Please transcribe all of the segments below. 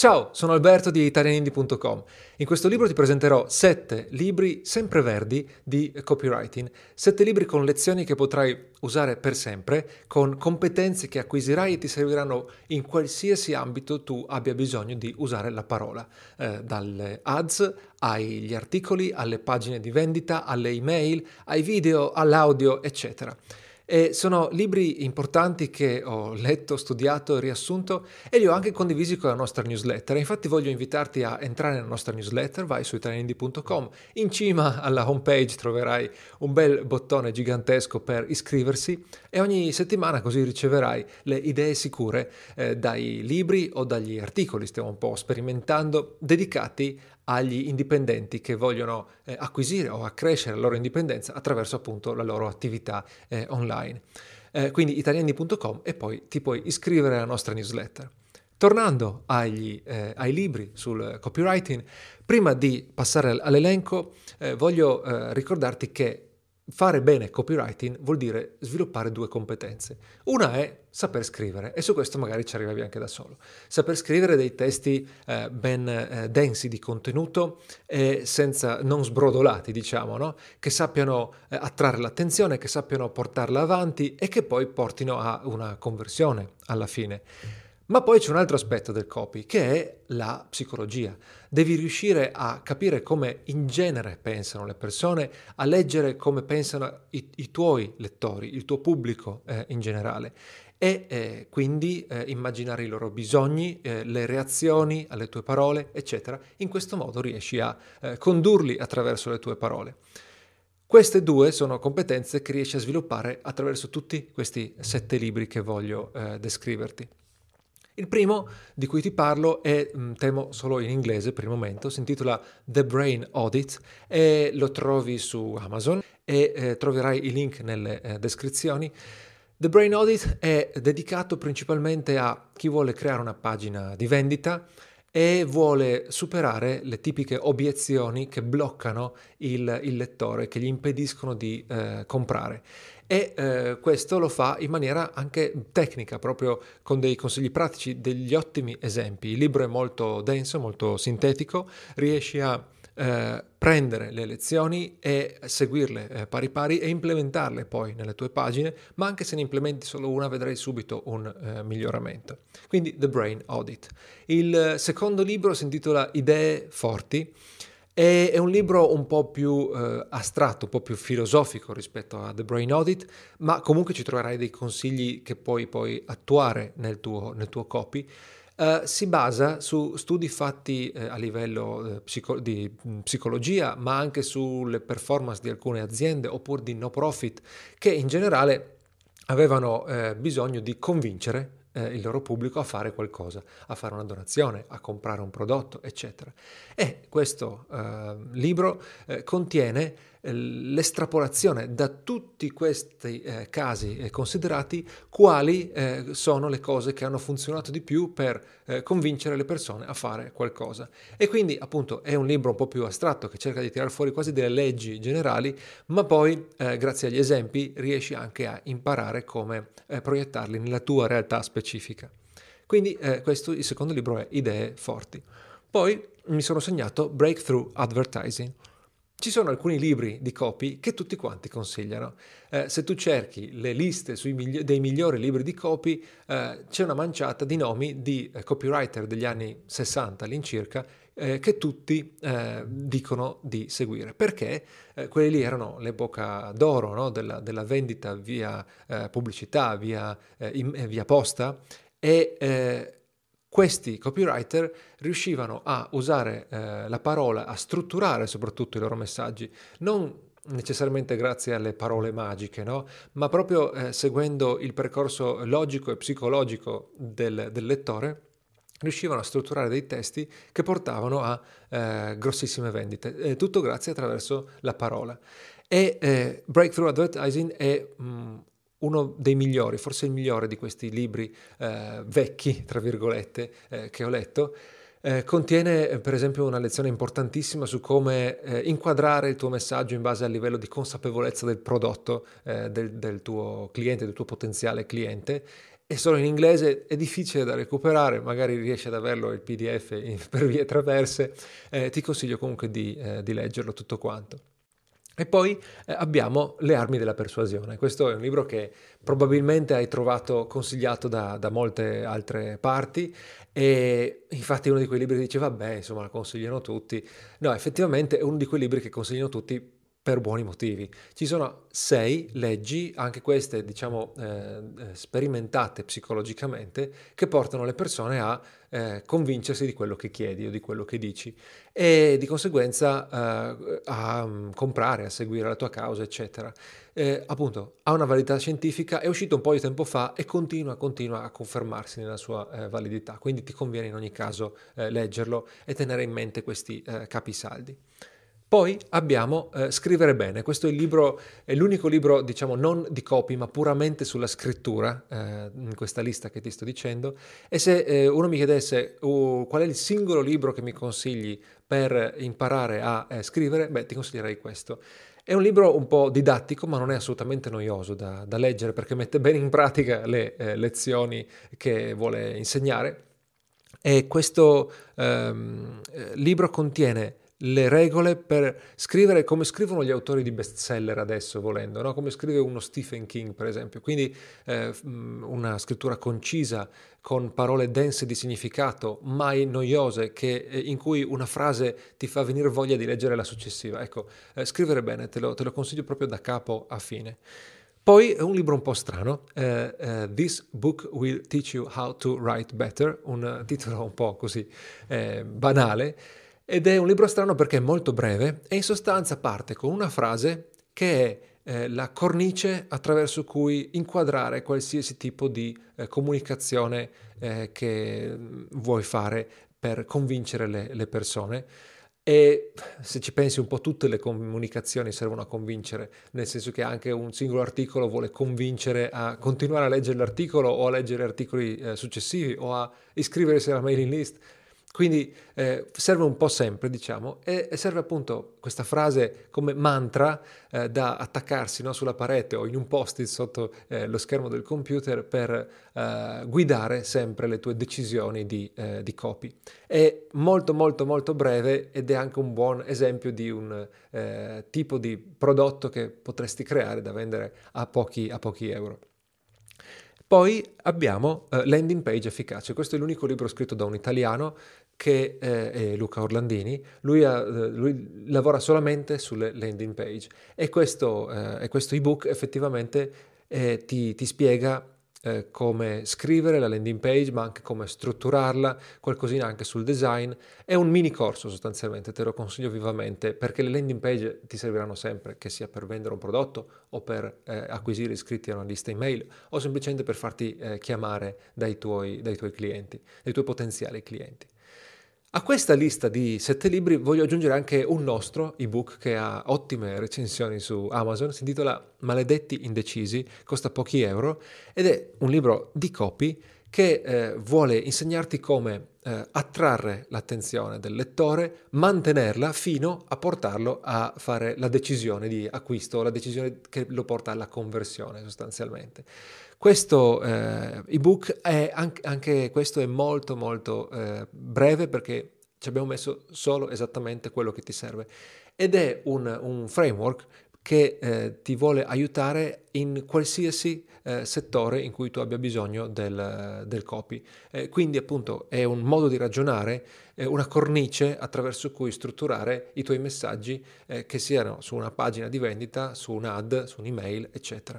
Ciao, sono Alberto di italianindie.com. In questo libro ti presenterò 7 libri sempreverdi di copywriting, 7 libri con lezioni che potrai usare per sempre, con competenze che acquisirai e ti serviranno in qualsiasi ambito tu abbia bisogno di usare la parola, dalle ads agli articoli, alle pagine di vendita, alle email, ai video, all'audio, eccetera. E sono libri importanti che ho letto, studiato e riassunto e li ho anche condivisi con la nostra newsletter. Infatti voglio invitarti a entrare nella nostra newsletter, vai su italianindie.com, in cima alla homepage troverai un bel bottone gigantesco per iscriversi e ogni settimana così riceverai le idee sicure dai libri o dagli articoli, stiamo un po' sperimentando, dedicati agli indipendenti che vogliono acquisire o accrescere la loro indipendenza attraverso appunto la loro attività online. Quindi italiani.com e poi ti puoi iscrivere alla nostra newsletter. Tornando ai libri sul copywriting, prima di passare all'elenco voglio ricordarti che fare bene copywriting vuol dire sviluppare 2 competenze. Una è saper scrivere e su questo magari ci arrivavi anche da solo. Saper scrivere dei testi ben densi di contenuto e non sbrodolati, diciamo, no? Che sappiano attrarre l'attenzione, che sappiano portarla avanti e che poi portino a una conversione alla fine. Ma poi c'è un altro aspetto del copy, che è la psicologia. Devi riuscire a capire come in genere pensano le persone, a leggere come pensano i tuoi lettori, il tuo pubblico in generale e quindi immaginare i loro bisogni, le reazioni alle tue parole, eccetera. In questo modo riesci a condurli attraverso le tue parole. Queste 2 sono competenze che riesci a sviluppare attraverso tutti questi 7 libri che voglio descriverti. Il primo di cui ti parlo è, temo solo in inglese per il momento, si intitola The Brain Audit e lo trovi su Amazon e troverai i link nelle descrizioni. The Brain Audit è dedicato principalmente a chi vuole creare una pagina di vendita e vuole superare le tipiche obiezioni che bloccano il lettore, che gli impediscono di comprare. E questo lo fa in maniera anche tecnica, proprio con dei consigli pratici, degli ottimi esempi. Il libro è molto denso, molto sintetico, riesci a prendere le lezioni e seguirle pari pari e implementarle poi nelle tue pagine, ma anche se ne implementi solo una vedrai subito un miglioramento. Quindi The Brain Audit. Il secondo libro si intitola Idee forti. È un libro un po' più astratto, un po' più filosofico rispetto a The Brain Audit, ma comunque ci troverai dei consigli che puoi poi attuare nel tuo copy. Si basa su studi fatti a livello di psicologia, ma anche sulle performance di alcune aziende oppure di no profit che in generale avevano bisogno di convincere il loro pubblico a fare qualcosa, a fare una donazione, a comprare un prodotto, eccetera. E questo libro contiene l'estrapolazione da tutti questi casi considerati quali sono le cose che hanno funzionato di più per convincere le persone a fare qualcosa. E quindi appunto è un libro un po' più astratto che cerca di tirar fuori quasi delle leggi generali, ma poi grazie agli esempi riesci anche a imparare come proiettarli nella tua realtà specifica. Quindi questo, il secondo libro è Idee forti. Poi mi sono segnato Breakthrough Advertising. Ci sono alcuni libri di copy che tutti quanti consigliano. Se tu cerchi le liste dei migliori libri di copy, c'è una manciata di nomi di copywriter degli anni 60 all'incirca che tutti dicono di seguire. Perché quelli lì erano l'epoca d'oro, no? della vendita via pubblicità, via posta e questi copywriter riuscivano a usare la parola, a strutturare soprattutto i loro messaggi, non necessariamente grazie alle parole magiche, no? Ma proprio seguendo il percorso logico e psicologico del lettore, riuscivano a strutturare dei testi che portavano a grossissime vendite, tutto grazie attraverso la parola. E Breakthrough Advertising è uno dei migliori, forse il migliore di questi libri vecchi, tra virgolette, che ho letto. Contiene per esempio una lezione importantissima su come inquadrare il tuo messaggio in base al livello di consapevolezza del prodotto del tuo cliente, del tuo potenziale cliente è solo in inglese, è difficile da recuperare, magari riesci ad averlo il PDF per vie traverse, ti consiglio comunque di leggerlo tutto quanto. E poi abbiamo Le armi della persuasione. Questo è un libro che probabilmente hai trovato consigliato da molte altre parti e infatti è uno di quei libri che dice vabbè, insomma, lo consigliano tutti. No, effettivamente è uno di quei libri che consigliano tutti per buoni motivi. Ci sono 6 leggi, anche queste diciamo sperimentate psicologicamente, che portano le persone a convincersi di quello che chiedi o di quello che dici e di conseguenza a comprare, a seguire la tua causa, eccetera. Appunto, ha una validità scientifica, è uscito un po' di tempo fa e continua a confermarsi nella sua validità, quindi ti conviene in ogni caso leggerlo e tenere in mente questi capisaldi. Poi abbiamo Scrivere bene, questo è il libro, è l'unico libro, diciamo, non di copy, ma puramente sulla scrittura, in questa lista che ti sto dicendo. E se uno mi chiedesse qual è il singolo libro che mi consigli per imparare a scrivere, beh, ti consiglierei questo. È un libro un po' didattico, ma non è assolutamente noioso da leggere perché mette bene in pratica le lezioni che vuole insegnare. E questo libro contiene le regole per scrivere come scrivono gli autori di bestseller adesso, volendo, no? Come scrive uno Stephen King, per esempio. Quindi una scrittura concisa, con parole dense di significato, mai noiose, in cui una frase ti fa venire voglia di leggere la successiva. Ecco, Scrivere bene, te lo consiglio proprio da capo a fine. Poi è un libro un po' strano, This Book Will Teach You How to Write Better, un titolo un po' così banale, ed è un libro strano perché è molto breve e in sostanza parte con una frase che è la cornice attraverso cui inquadrare qualsiasi tipo di comunicazione che vuoi fare per convincere le persone. E se ci pensi un po' tutte le comunicazioni servono a convincere, nel senso che anche un singolo articolo vuole convincere a continuare a leggere l'articolo o a leggere articoli successivi o a iscriversi alla mailing list. Quindi serve un po' sempre, diciamo, e serve appunto questa frase come mantra da attaccarsi, no, sulla parete o in un post-it sotto lo schermo del computer per guidare sempre le tue decisioni di copy. È molto molto molto breve ed è anche un buon esempio di un tipo di prodotto che potresti creare da vendere a pochi euro. Poi abbiamo Landing Page Efficace, questo è l'unico libro scritto da un italiano che è Luca Orlandini, lui lavora solamente sulle landing page e questo ebook effettivamente ti spiega come scrivere la landing page, ma anche come strutturarla, qualcosina anche sul design. È un mini corso sostanzialmente, te lo consiglio vivamente, perché le landing page ti serviranno sempre, che sia per vendere un prodotto o per acquisire iscritti a una lista email o semplicemente per farti chiamare dai tuoi clienti, dai tuoi potenziali clienti. A questa lista di 7 libri voglio aggiungere anche un nostro ebook che ha ottime recensioni su Amazon, si intitola Maledetti Indecisi, costa pochi euro ed è un libro di copy che vuole insegnarti come attrarre l'attenzione del lettore, mantenerla fino a portarlo a fare la decisione di acquisto, la decisione che lo porta alla conversione sostanzialmente. Questo ebook è anche questo è molto molto breve perché ci abbiamo messo solo esattamente quello che ti serve ed è un framework che ti vuole aiutare in qualsiasi settore in cui tu abbia bisogno del copy. Quindi appunto è un modo di ragionare, una cornice attraverso cui strutturare i tuoi messaggi che siano su una pagina di vendita, su un'ad, su un'email, eccetera.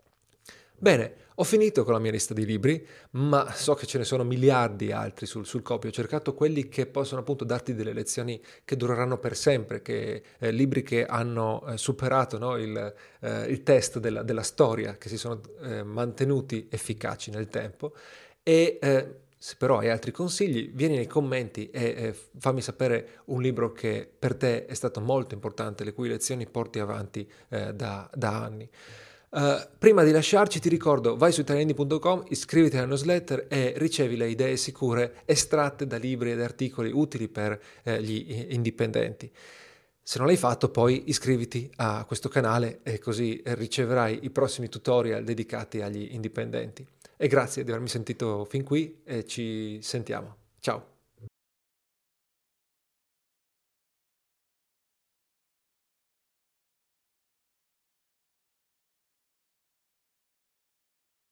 Bene, ho finito con la mia lista di libri, ma so che ce ne sono miliardi altri sul copy. Ho cercato quelli che possono appunto darti delle lezioni che dureranno per sempre, libri che hanno superato, no, il test della storia, che si sono mantenuti efficaci nel tempo. E se però hai altri consigli, vieni nei commenti e fammi sapere un libro che per te è stato molto importante, le cui lezioni porti avanti da anni. Prima di lasciarci ti ricordo, vai su italiani.com, iscriviti alla newsletter e ricevi le idee sicure estratte da libri ed articoli utili per gli indipendenti. Se non l'hai fatto, poi iscriviti a questo canale e così riceverai i prossimi tutorial dedicati agli indipendenti. e grazie di avermi sentito fin qui e ci sentiamo. Ciao!